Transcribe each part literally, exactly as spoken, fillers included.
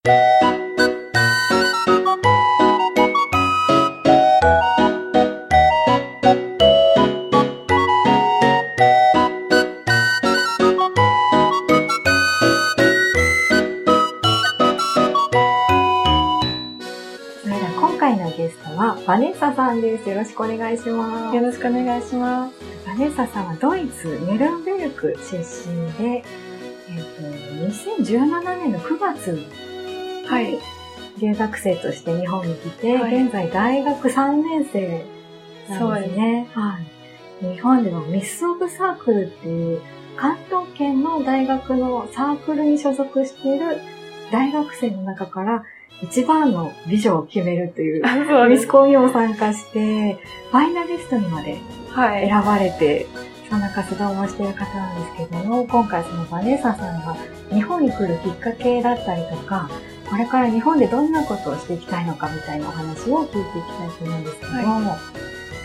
バネッサさんです。よろしくお願いします。 よろしくお願いします。 バネッサさんはドイツ・ネルンベルク出身で、えっと、にせんじゅうななねんのくがつに留学生として日本に来て、はい、現在大学さんねん生なんですね。はい、日本ではミス・オブ・サークルっていう関東圏の大学のサークルに所属している大学生の中から一番の美女を決めるというミスコンにも参加して、ファイナリストにまで選ばれて、はい、そんな活動をしている方なんですけども、今回そのバネッサさんが日本に来るきっかけだったりとか、これから日本でどんなことをしていきたいのかみたいなお話を聞いていきたいと思うんですけど、はい、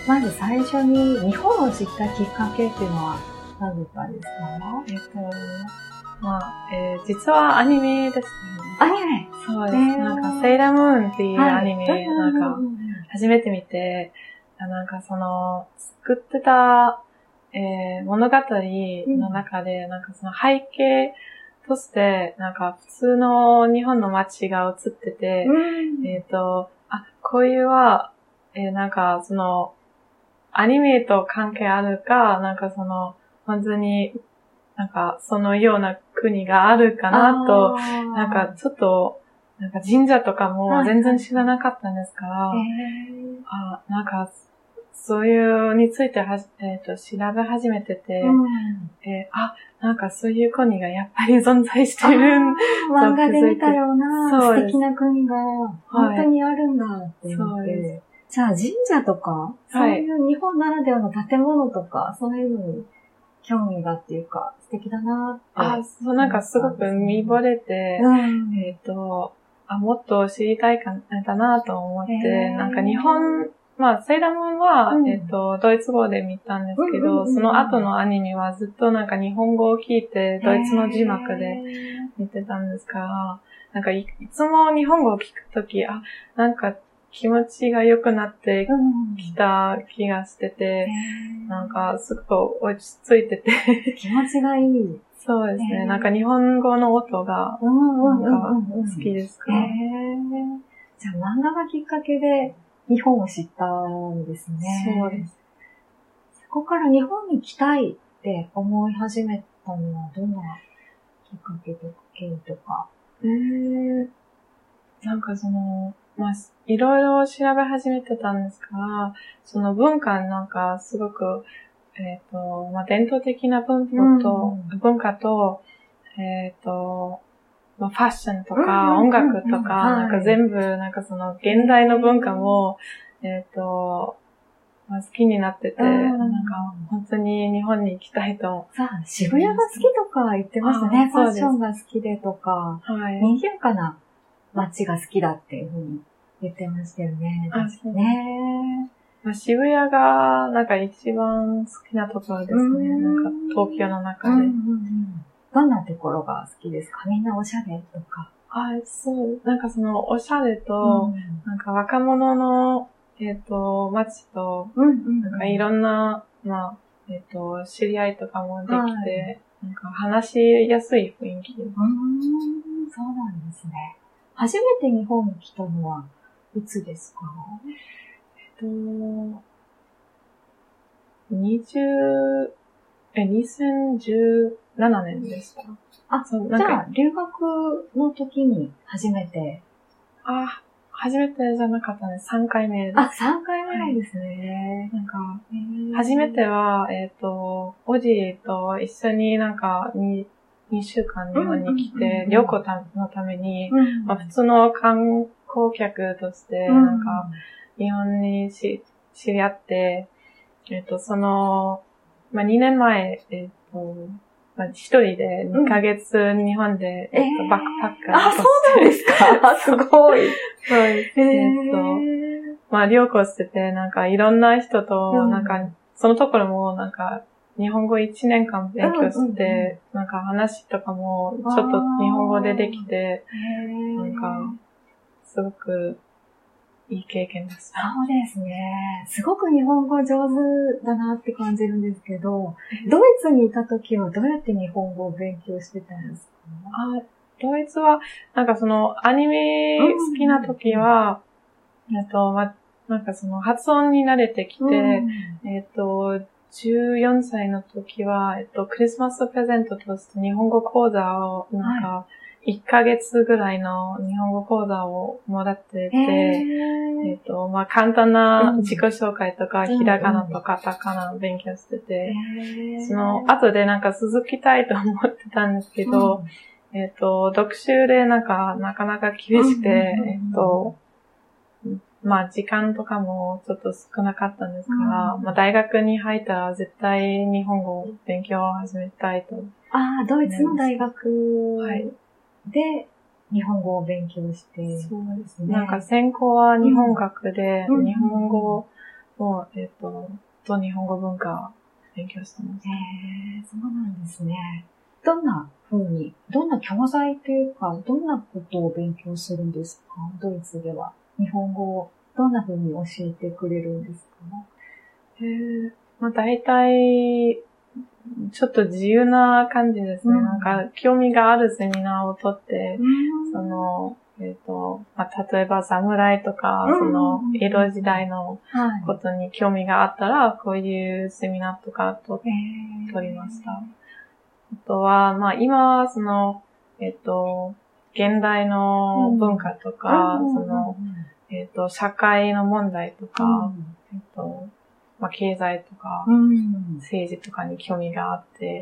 まず最初に日本を知ったきっかけっていうのは何だったんですか？ えっと、まあ、えー、実はアニメですね。 アニメそうです。えー、なんか、セイラームーンっていうアニメ、はい、なんか、初めて見て、なんかその、作ってた、えー、物語の中で、うん、なんかその背景として、なんか普通の日本の街が映ってて、うん、えっと、あ、こういうは、えー、なんかその、アニメと関係あるか、なんかその、本当に、なんか、そのような国があるかなと、なんか、ちょっと、なんか神社とかも全然知らなかったんですから、はい、あ、なんか、そういうについては、えっと、調べ始めてて、うん、えー、あ、なんかそういう国がやっぱり存在してるんだ。漫画で見たような素敵な国が本当にあるんだって思って。はい、じゃあ神社とか、そういう日本ならではの建物とか、そういうのに、興味がっていうか、素敵だなって。 あ、そう、なんかすごく見惚れて、うん、えっと、あ、もっと知りたいかだなと思って、なんか日本、まあ、セイラームーンは、うん、えっと、ドイツ語で見たんですけど、うんうんうん、その後のアニメはずっとなんか日本語を聞いて、ドイツの字幕で見てたんですから、なんかい、いつも日本語を聞くとき、あ、なんか、気持ちが良くなってきた気がしてて、うん、なんかすごく落ち着いてて気持ちがいい。 そうですね。なんか日本語の音がなんか好きですか。 じゃあ漫画がきっかけで日本を知ったんですね。 そうです。 そこから日本に来たいって思い始めたのはどんなきっかけとか経緯とか。 えー、なんかそのまあ、いろいろ調べ始めてたんですが、その文化なんかすごく、えっと、まあ、伝統的な文化と、うん、文化と、えっと、まあ、ファッションとか音楽とか、なんか全部、なんかその現代の文化も、えっと、まあ、好きになってて、なんか本当に日本に行きたいと。 さあ、渋谷が好きとか言ってましたね。ファッションが好きでとか、はい、賑やかな街が好きだっていうふうに言ってましたよね。 あ、そうね。まあ、渋谷がなんか一番好きなところですね。なんか東京の中で、うんうんうん。 どんなところが好きですか？みんなおしゃれとか。 あ、そう。なんかそのおしゃれと、うん、なんか若者の、えっと、街と、うんうん、なんかいろんな、まあ、えっと、知り合いとかもできて、はい、なんか話しやすい雰囲気です。うーん、 そうなんですね。初めて日本に来たのはいつですか？ えっと、二十、え、にせんじゅうななねんでした。 あ、そうなんかじゃあ留学の時に初めて。 あ、初めてじゃなかったね。さんかいめです。 あ、さんかいめなんですね。 はい、なんか、初めては、えっと、おじと一緒になんか、に、にしゅうかん日本に来て、旅行のために、うんまあ、普通の観光客として、なんか、日本にし知り合って、えっと、その、まあ、にねんまえ、えっと、まあ、一人でにかげつ日本で、うん、えっと、バックパッカーとして。あ、そうなんですか？すごい。 そうです。えっと、まあ、旅行してて、なんか、いろんな人と、なんか、うん、そのところも、なんか、 日本語いちねんかん勉強して、うんうんうん、なんか話とかもちょっと日本語でできて、なんか、すごくいい経験でした。 そうですね。すごく日本語上手だなって感じるんですけど、ドイツにいた時はどうやって日本語を勉強してたんですか？ あ、ドイツは、なんかそのアニメ好きな時は、えっと、ま、なんかその発音に慣れてきて、うん、えっと、じゅうよんさいの時は、えっと、クリスマスプレゼントとして日本語講座を、なんか、いっかげつぐらいの日本語講座をもらってて、えっと、まあ、簡単な自己紹介とか、うん、ひらがなとカタカナを勉強してて、その、後でなんか続きたいと思ってたんですけど、うん、えっと、読習でなんか、なかなか厳しくて、えっと、まあ時間とかもちょっと少なかったんですから、うん、まあ大学に入ったら絶対日本語を勉強を始めたいと。 ああ、ドイツの大学で日本語を勉強して。はい、 そうですね。なんか専攻は日本学で、うん、日本語を、えっと、と日本語文化を勉強してました。 へえ、そうなんですね。どんな風に、どんな教材というか、どんなことを勉強するんですか？ドイツでは。日本語をどんな風に教えてくれるんですか？ えー、まあ大体、ちょっと自由な感じですね。うん、なんか、興味があるセミナーをとって、うん、その、えっと、まあ例えば侍とか、うん、その、江戸時代のことに興味があったら、こういうセミナーとかと、取りました。あとは、まあ今は、その、えっと、現代の文化とか、うん、その、えっと、社会の問題とか、うん、えっと、まあ、経済とか、うん、政治とかに興味があって、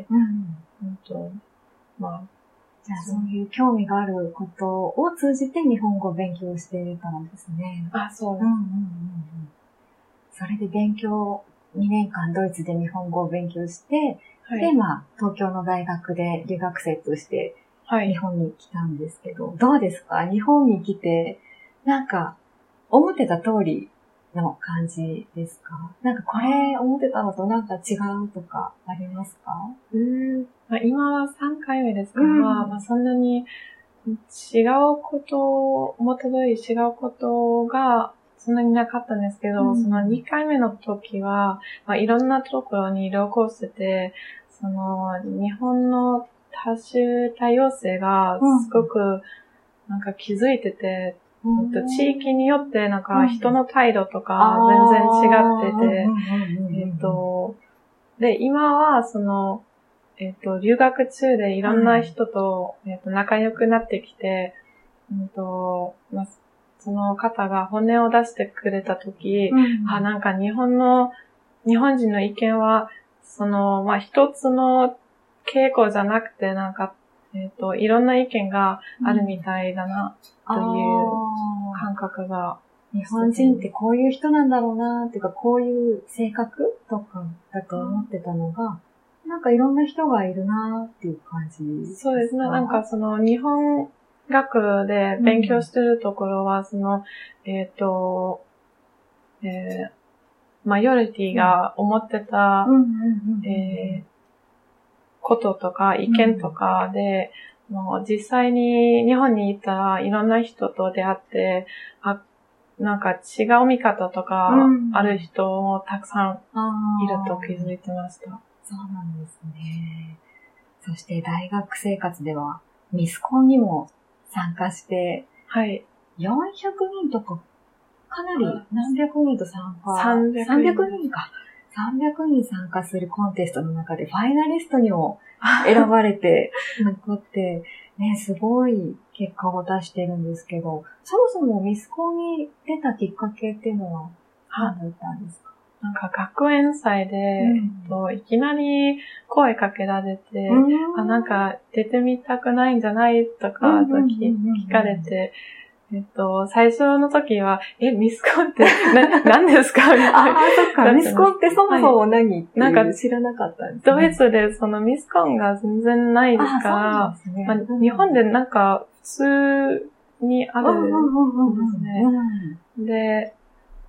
うん、うんと、まあ、 じゃあそういう興味があることを通じて日本語を勉強していたんですね。 あ、そうです。うんうんうんうん、 それで勉強、にねんかんドイツで日本語を勉強して、はい、で、まあ、東京の大学で留学生として日本に来たんですけど、はい、どうですか？日本に来て、なんか、思ってた通りの感じですか？なんかこれ思ってたのとなんか違うとかありますか？ うーん、まあ、今はさんかいめですから、うん、まあ、そんなに違うこと、思った通り違うことがそんなになかったんですけど、うん、そのにかいめの時は、まあ、いろんなところに旅行してて、その日本の多種多様性がすごくなんか気づいてて、うん、地域によってなんか人の態度とか全然違ってて、えっと、で、今はその、えっと、留学中でいろんな人と、えっと、仲良くなってきて、えっと、まあ、その方が本音を出してくれたとき、うん、あ、なんか日本の、日本人の意見は、その、まあ、一つの傾向じゃなくて、なんか、えっと、いろんな意見があるみたいだな、という感覚が、 うん。日本人ってこういう人なんだろうな、っていうか、こういう性格とかだと思ってたのが、なんかいろんな人がいるなっていう感じですか？ そうですね。なんかその日本学で勉強してるところは、うん、その、えっと、えー、マヨリティが思ってた、こととか意見とかで、うん、もう実際に日本に行ったらいろんな人と出会って、あ、なんか違う見方とかある人もたくさんいると気づいてました。 そうなんですね。そして大学生活ではミスコンにも参加して、 はい。 よんひゃくにんとか、かなり何百人と参加。 さんびゃくにん。 さんびゃくにんか。さんびゃくにん参加するコンテストの中でファイナリストにも選ばれて残って、ね、すごい結果を出してるんですけど、そもそもミスコンに出たきっかけっていうのは何だったんですか？ なんか学園祭で、うん、えっと、いきなり声かけられて、うん、あ、なんか出てみたくないんじゃないとか、と聞かれて、えっと、最初の時は、え、ミスコンってな何ですかみたいな。 ああ、そっか。ミスコンってそもそも何、はい、ってなんか知らなかったんですね。 ドイツでそのミスコンが全然ないですから、ですね、まあ、日本でなんか普通にあるんですね。で、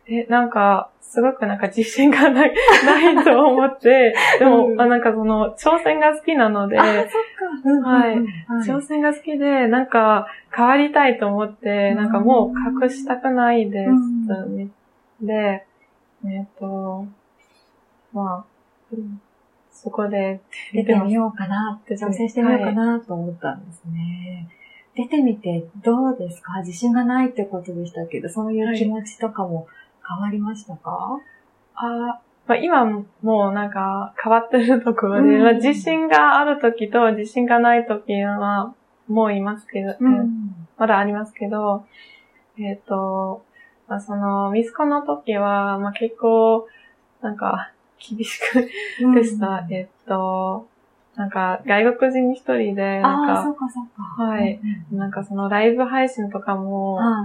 え、なんか、すごくなんか自信がない、ないと思って、でも、うん、あなんかその、挑戦が好きなので、 あ、そっか。うん、 はい、はい。挑戦が好きで、なんか、変わりたいと思って、なんかもう隠したくないです。うん、で、えっと、まあ、うんそこで出てみようかなって、挑戦してみようかなと思ったんですね。はい、出てみてどうですか？自信がないってことでしたけど、そういう気持ちとかも変わりましたか？はい、 あまあ、今もうなんか変わってるところで、うんまあ、自信があるときと自信がないときはもういますけど、うん、まだありますけど、えっと、まあ、その、ミスコンのときは、まあ、結構、なんか、厳しくでした。うん、えっと、なんか、外国人一人で、なんか、 あ、そうかそうか。 はい、うん。なんかそのライブ配信とかも、はい、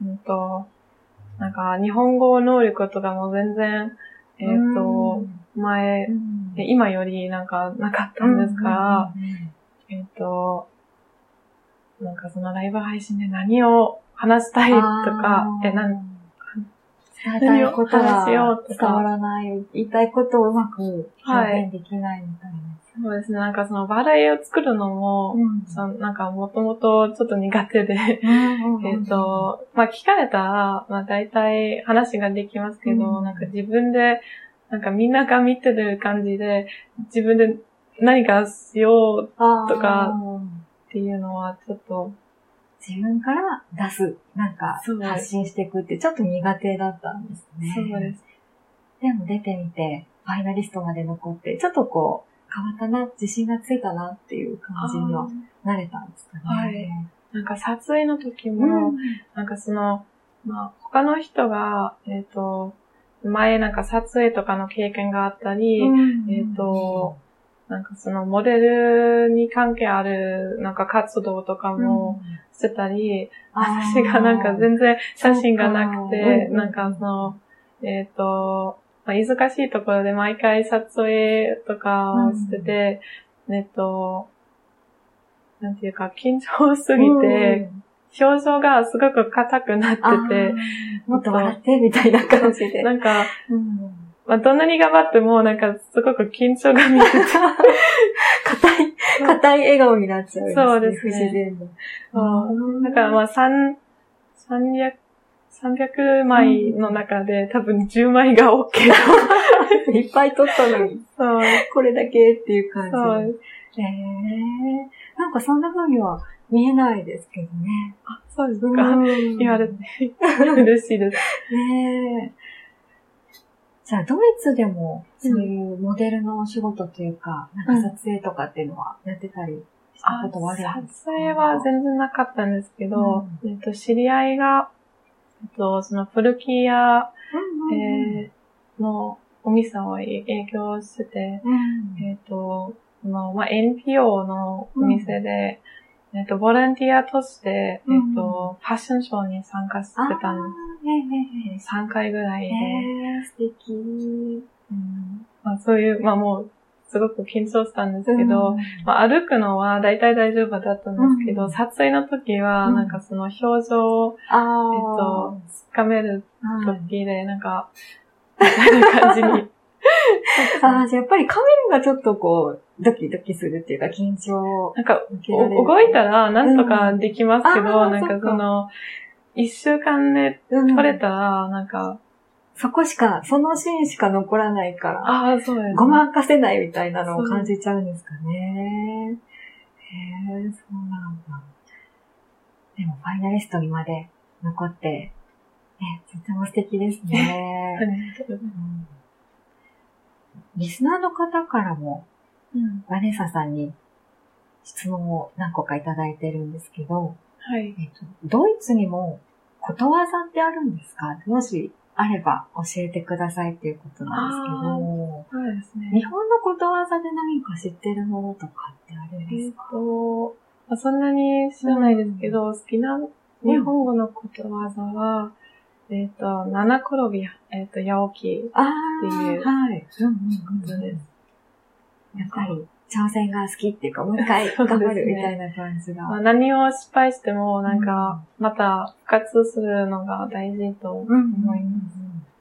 うんと、なんか、日本語能力とかも全然、えっと、前、うん、今よりなんかなかったんですから、えっと、なんかそのライブ配信で何を話したいとか、え、なん伝えたいことが伝わらない、言いたいことをうまく表現できないみたいな。はい、 そうですね。なんかその話題を作るのも、うん、そのなんかもともとちょっと苦手で、えっと、まあ聞かれたら、まあ大体話ができますけど、うん、なんか自分で、なんかみんなが見てる感じで、自分で何かしようとかっていうのはちょっと、 自分から出す、なんか発信していくってちょっと苦手だったんですね。 そうです。 でも出てみて、ファイナリストまで残って、ちょっとこう、変わったな、自信がついたなっていう感じにはなれたんですかね。 はい。なんか撮影の時も、うん、なんかその、まあ、他の人が、えっと、前なんか撮影とかの経験があったり、うん、えっと、なんかそのモデルに関係あるなんか活動とかもしてたり、うん、私がなんか全然写真がなくて、なんかその、えっと、まあ、難しいところで毎回撮影とかをしてて、うん、えっと、なんていうか緊張すぎて、うん、表情がすごく硬くなってて、 もっと笑ってみたいな感じで。 なんか、うんまあ、どんなに頑張っても、なんか、すごく緊張が見えて硬い、硬い笑顔になっちゃうんですね。 そうですね。 不自然な。 だからまあ、三、三百、三百枚の中で、うん、多分じゅうまいが OK と。 いっぱい撮ったのに。そう。これだけっていう感じ。 そうです。 えー、なんかそんな風には見えないですけどね。 あ、そうですか。言われて、嬉しいです。 ねえ。じゃあ、ドイツでも、そういうモデルのお仕事というか、うん、なんか撮影とかっていうのはやってたりしたことはあるんですか？ 撮影は全然なかったんですけど、うん、えっと、知り合いが、えっと、その古着屋、うんうんうんえー、のお店を営業してて、うん、えっと、その、まあ、エヌピーオー のお店で、うんえっと、ボランティアとして、うん、えっと、ファッションショーに参加してたんです。えー、さんかいぐらいで。 えー、素敵。 うんまあ、そういう、まあもう、すごく緊張したんですけど、うんまあ、歩くのは大体大丈夫だったんですけど、うん、撮影の時は、なんかその表情を、うん、えっと、つかめる時で、なんか、みたいな感じに。 ああ、じゃあやっぱりカメラがちょっとこう、ドキドキするっていうか緊張。 なんか、動いたらなんとかできますけど、うん、なんかその、一週間で撮れたら、なんか、 そこしか、そのシーンしか残らないから、 ああ、そうですね。 ごまかせないみたいなのを感じちゃうんですかね。へえ、そうなんだ。でも、ファイナリストにまで残って、ね、とても素敵ですね。うんリスナーの方からも、うん、バネッサさんに質問を何個かいただいてるんですけど、 はいえっと、ドイツにもことわざってあるんですか？もしあれば教えてくださいっていうことなんですけど、 そうですね。 日本のことわざで何か知ってるものとかってあるんですか？ えっと、まあ、そんなに知らないですけど、うん、好きな日本語のことわざは、うん、えっと、七転び、えっと、八起きっていう。 はい。うんうんうん、 ことです。 やっぱり、挑戦が好きっていうか、もう一回頑張るみたいな感じが。 まあ、何を失敗しても、なんか、また復活するのが大事と思います。うんうんうん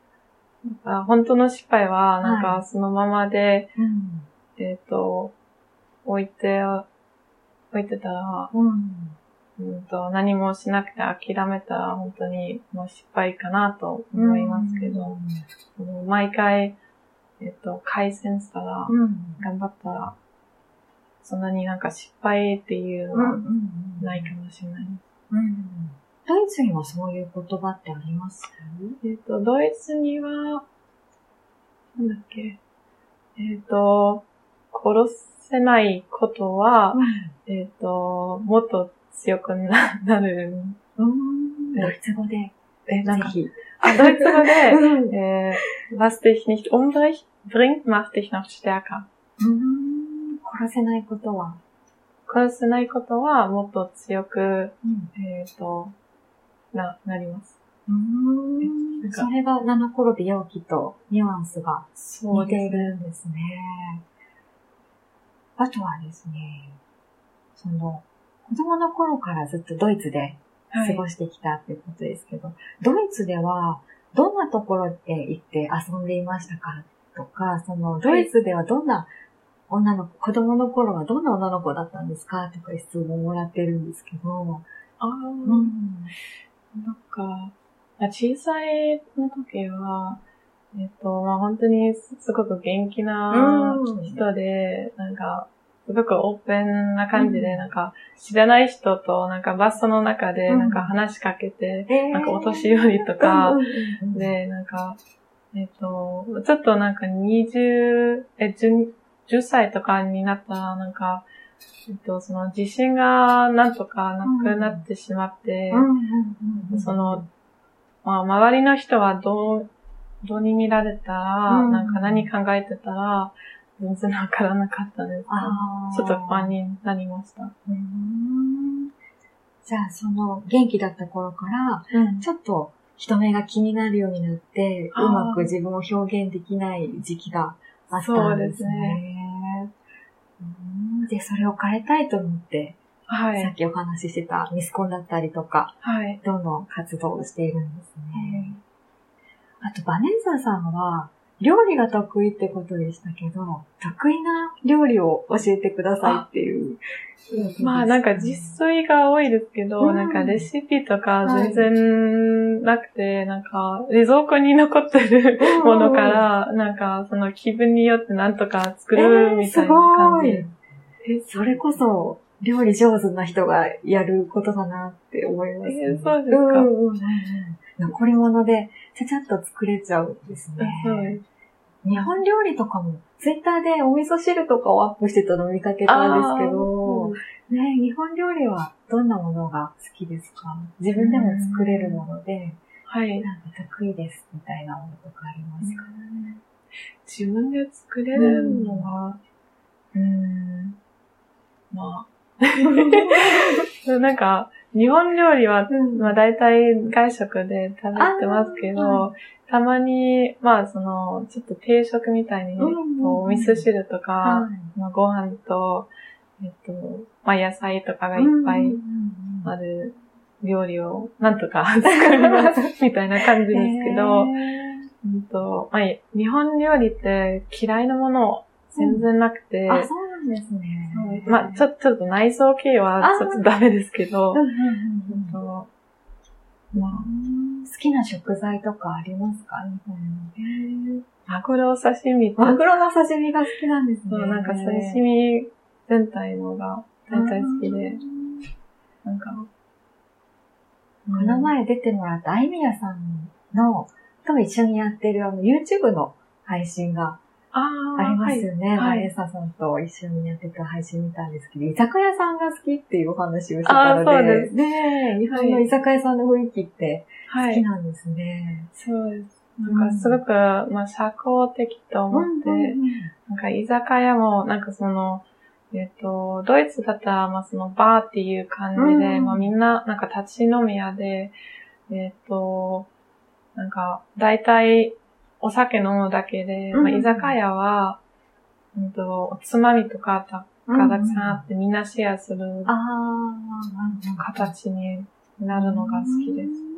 なんか本当の失敗は、なんかそのままで、 うん、 えっと、置いて、置いてたら、 うんうんと、何もしなくて諦めたら本当にもう失敗かなと思いますけど、うん、毎回、えっと、改善したら、うん、頑張ったら、そんなになんか失敗っていうのはないかもしれない。 うんうんうん、ドイツにはそういう言葉ってあります？ えっと、ドイツには、なんだっけ、えっと、殺せないことは、うん、えっと、もっと強く な, なる。 うん、ドイツ語で。 え、なんか、あ、ドイツ語で、うん、えー、was dich nicht umbringt, macht dich noch stärker。 うん、殺せないことは殺せないことはもっと強く、うん、えっと、な、なります。 うーん、それが七転び八起きとニュアンスが似ているんですね。あとはですね、その、子供の頃からずっとドイツで過ごしてきたっていうことですけど、はい、ドイツではどんなところへ行って遊んでいましたかとか、その、ドイツではどんな女の子、子供の頃はどんな女の子だったんですかとか質問をもらってるんですけど、 ああ、うん、なんか、小さいの時は、えっと、まあ、本当にすごく元気な人で、うん、なんか、すごくオープンな感じで、うん、なんか、知らない人と、なんかバスの中で、なんか話しかけて、うん、なんかお年寄りとか、で、なんか、えっと、ちょっとなんかにじゅう、え、じゅう、じゅっさいとかになったら、なんか、えっと、その自信がなんとかなくなってしまって、その、まあ、周りの人はどう、どうに見られたら、うん、なんか何考えてたら、全然わからなかったです。ちょっと不安になりました。 うん、じゃあ、その元気だった頃から、うん、ちょっと人目が気になるようになって、うまく自分を表現できない時期があったんですね。そうですね。うん、で、それを変えたいと思って、はい、さっきお話ししてたミスコンだったりとか、はい、どんどん活動をしているんですね。うん、あと、バネーザさんは、料理が得意ってことでしたけど、得意な料理を教えてくださいっていう。 まあなんか自炊が多いですけど、うん、なんかレシピとか全然なくて、はい、なんか冷蔵庫に残ってるものから、なんかその気分によってなんとか作るみたいな感じ。えー、すごい。え、それこそ料理上手な人がやることだなって思います、ね。 えー、そうですか。 うんうん、残り物でちゃちゃっと作れちゃうんですね。はい日本料理とかも、ツイッターでお味噌汁とかをアップしてたのを見かけたんですけど、ね、日本料理はどんなものが好きですか？自分でも作れるもので、はい、なんか得意ですみたいなものとかありますか？ 自分で作れるのは、うーん、まあ、なんか、日本料理は、うん、まあ大体外食で食べてますけど、たまに、まあその、ちょっと定食みたいに、うんうんうん、お味噌汁とか、はい、まあ、ご飯と、えっと、まあ野菜とかがいっぱいある料理をなんとか作りますみたいな感じですけど、うんとまあ、日本料理って嫌いなもの全然なくて、うん、 あ、そうなんですね。 まあちょ、ちょっと内臓系はちょっとダメですけど、 まあ、好きな食材とかありますか？日本の。マグロ刺身。 マグロの刺身が好きなんですね。 そう、なんか刺身全体のが大体好きで、なんか、 この前出てもらったアイミヤさんの、と一緒にやってるあの YouTube の配信がありますよね。バレーサさんと一緒にやってた配信見たんですけど、居酒屋さんが好きっていうお話をしてたので、そうですね、日本の居酒屋さんの雰囲気って好きなんですね。 はい、そうです。なんかすごく、うん、まあ社交的と思って、うんうんうん、なんか居酒屋もなんかその、えっと、ドイツだったらまあそのバーっていう感じで、うん、まあみんななんか立ち飲み屋で、えっと、なんか大体お酒飲むだけで、うんまあ、居酒屋は、うんと、おつまみとかたがたくさんあって、みんなシェアする形になるのが好きです。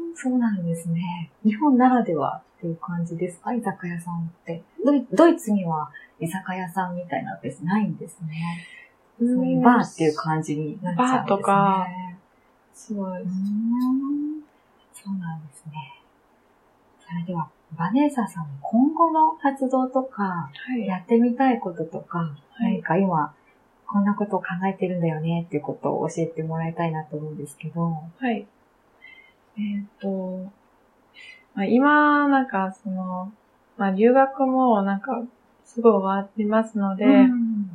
そうなんですね。日本ならではっていう感じですか、居酒屋さんって。ドイ、ドイツには居酒屋さんみたいなのってないんですね。そういうバーっていう感じになっちゃうんですね。 バーとか、そうです。 そうなんですね。それでは、バネーサさんの今後の活動とか、はい、やってみたいこととか、はい、何か今、こんなことを考えてるんだよねっていうことを教えてもらいたいなと思うんですけど。 はい。えっと、まあ、今、なんか、その、まあ、留学も、なんか、すぐ終わってますので、うん、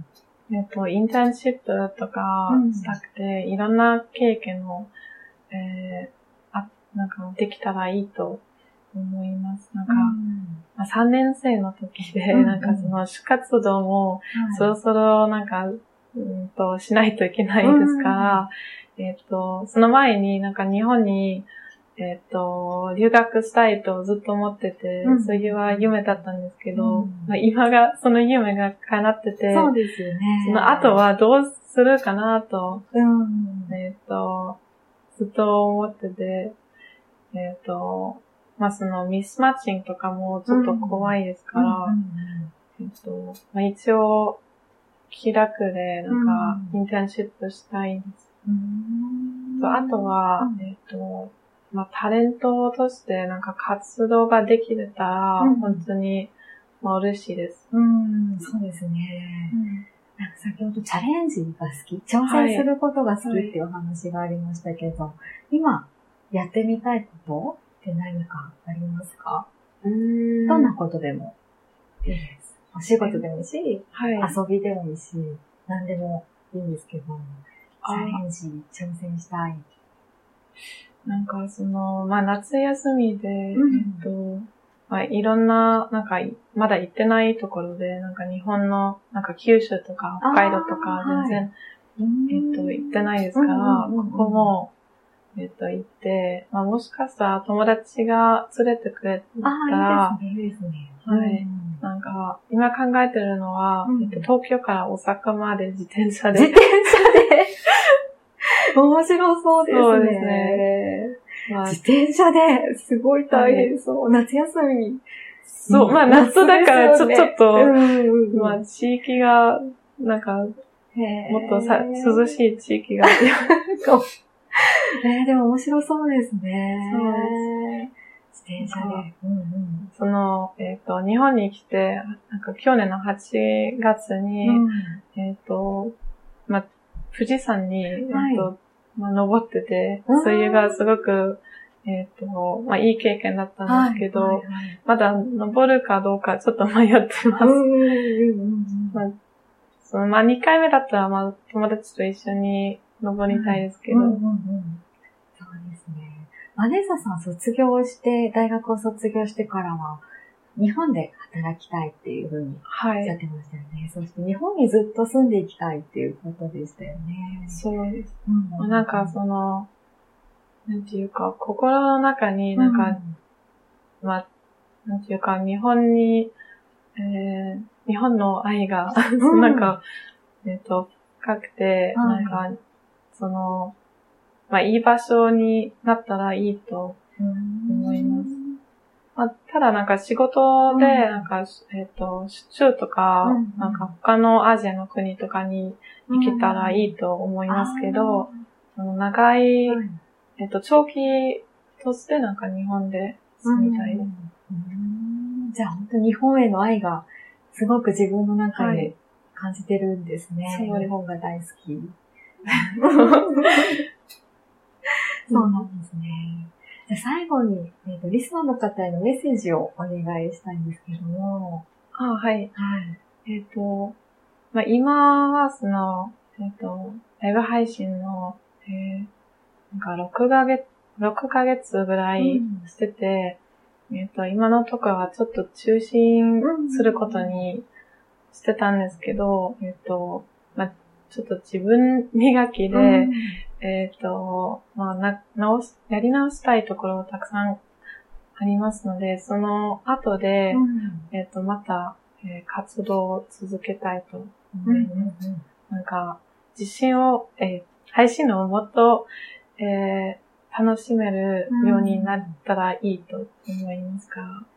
えっと、インターンシップとかしたくて、うん、いろんな経験を、えー、あ、なんか、できたらいいと思います。なんか、うん、まあ、さんねん生の時で、うん、なんかその、主活動も、そろそろ、なんか、うんと、しないといけないですから、うん、えっと、その前になんか日本に、えっと、留学したいとずっと思ってて、うん、それは夢だったんですけど、うん、まあ、今が、その夢が叶ってて、 そうですよね。 その後はどうするかなと、うん、えっと、ずっと思ってて、えっと、まあ、そのミスマッチングとかもちょっと怖いですから、えっと、まあ、一応、気楽で、なんか、インターンシップしたいです。うん、とあとは、えっと、まあ、タレントとして、なんか活動ができたら、うん、本当に、まあ、嬉しいです。 うん、そうですね。うん、なんか先ほどチャレンジが好き、挑戦することが好きっていうお話がありましたけど、はい、今、やってみたいことって何かありますか？うーん、どんなことでもいいです。お仕事でもいいし、はい、遊びでもいいし、何でもいいんですけど、チャレンジ、挑戦したい。 なんかその、まあ夏休みで、うん、えっと、まあいろんな、なんかまだ行ってないところで、なんか日本の、なんか九州とか北海道とか全然、はい、えっと、行ってないですから、ここも、えっと、行って、まあもしかしたら友達が連れてくれたら、 あ、いいですね、いいですね。 はい。なんか、今考えてるのは、うん、えっと、東京から大阪まで自転車で。 自転車で面白そうですね。 そうですね。 まあ、自転車ですごい大変そう。はい、夏休み。 そう、まあ夏だからちょ、ね、ちょっと、うんうんうん、まあ地域が、なんか、もっとさ涼しい地域が。 えー、でも面白そうですね。 そうです。 自転車で。うんうん、 その、えっと、日本に来て、なんか去年のはちがつに、うん、えっと、まあ、富士山に、えっと、まあ、登ってて、それがすごく、えっと、まあ、いい経験だったんですけど、はいはいはい、まだ登るかどうかちょっと迷ってます。まあ、その、まあ、にかいめだったら、まあ、友達と一緒に登りたいですけど。うんうんうん、 そうですね。バネーサさん卒業して、大学を卒業してからは、日本で働きたいっていうふうにおっしゃってましたよね。はい、そして日本にずっと住んでいきたいっていうことでしたよね。 そうです。うんうん、なんかその、なんていうか、心の中になんか、うん、まあ、なんていうか、日本に、えー、日本の愛が、うん、なんか、えっと、深くて、はい、なんか、その、まあ、いい場所になったらいいと思います。まあ、ただなんか仕事で、なんか、うん、えっと、出張とか、うん、なんか他のアジアの国とかに行けたらいいと思いますけど、うん、長い、はい、えっと、長期としてなんか日本で住みたいです。うんうん、じゃあ本当に日本への愛がすごく自分の中に感じてるんですね。はい、日本が大好き。そうなんですね。じゃあ最後に、えーと、リスナーの方へのメッセージをお願いしたいんですけども。 あ、はい。はい、えっと、まあ、今はその、えっと、ライブ配信の、えー、なんかろくかげつ、ろっかげつぐらいしてて、うん、えっと、今のところはちょっと中心することにしてたんですけど、えっと、まあ、ちょっと自分磨きで、うん、えっと、まあ、な、直す、やり直したいところたくさんありますので、その後で、うん、えっと、また、えー、活動を続けたいと思います。うんうんうん、なんか、自信を、えー、配信をもっと、えー、 楽しめるようになったらいいと思いますか？はい。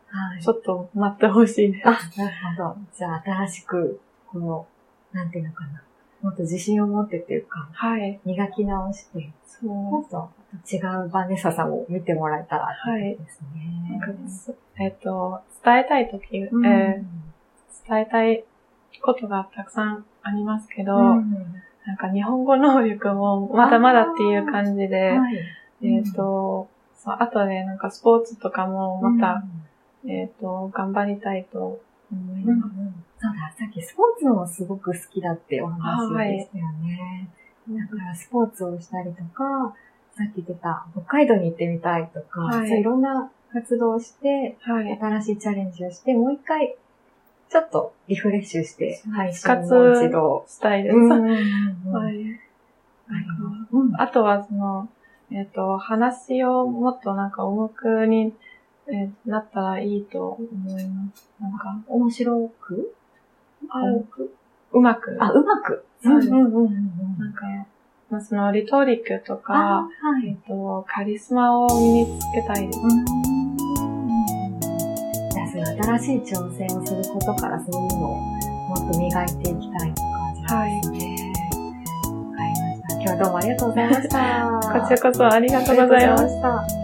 ちょっと待ってほしいです。 あ、なるほど。じゃあ新しく、この、なんていうのかな。もっと自信を持ってっていうか、はい。磨き直して、そう。もっと違うバネサさんを見てもらえたらいいですね。はい。なんかえっと、伝えたいとき、うん、えー、伝えたいことがたくさんありますけど、うん、なんか日本語能力もまだまだっていう感じで、はい、えっと、そう、あとでなんかスポーツとかもまた、うん、えっと、頑張りたいと思います。うんうん、 そうだ、さっきスポーツもすごく好きだってお話でしたよね。はい、だからスポーツをしたりとか、さっき言ってた北海道に行ってみたいとか、はい、そういろんな活動をして、はい、新しいチャレンジをして、もう一回、ちょっとリフレッシュして、 配信をもう一度したいです。はい。あとは、その、えっと、話をもっとなんか重くに、えー、なったらいいと思います。なんか、 面白くあううまく。 あ、うまく。 そうです。うんうんうんうん、なんか、まあ、そのリトリックとか、はい、えっと、カリスマを身につけたいです。うん新しい挑戦をすることからそういうのをもっと磨いていきたいと感じますね。わかりました。今日はどうもありがとうございました。 こちらこそありがとうございました。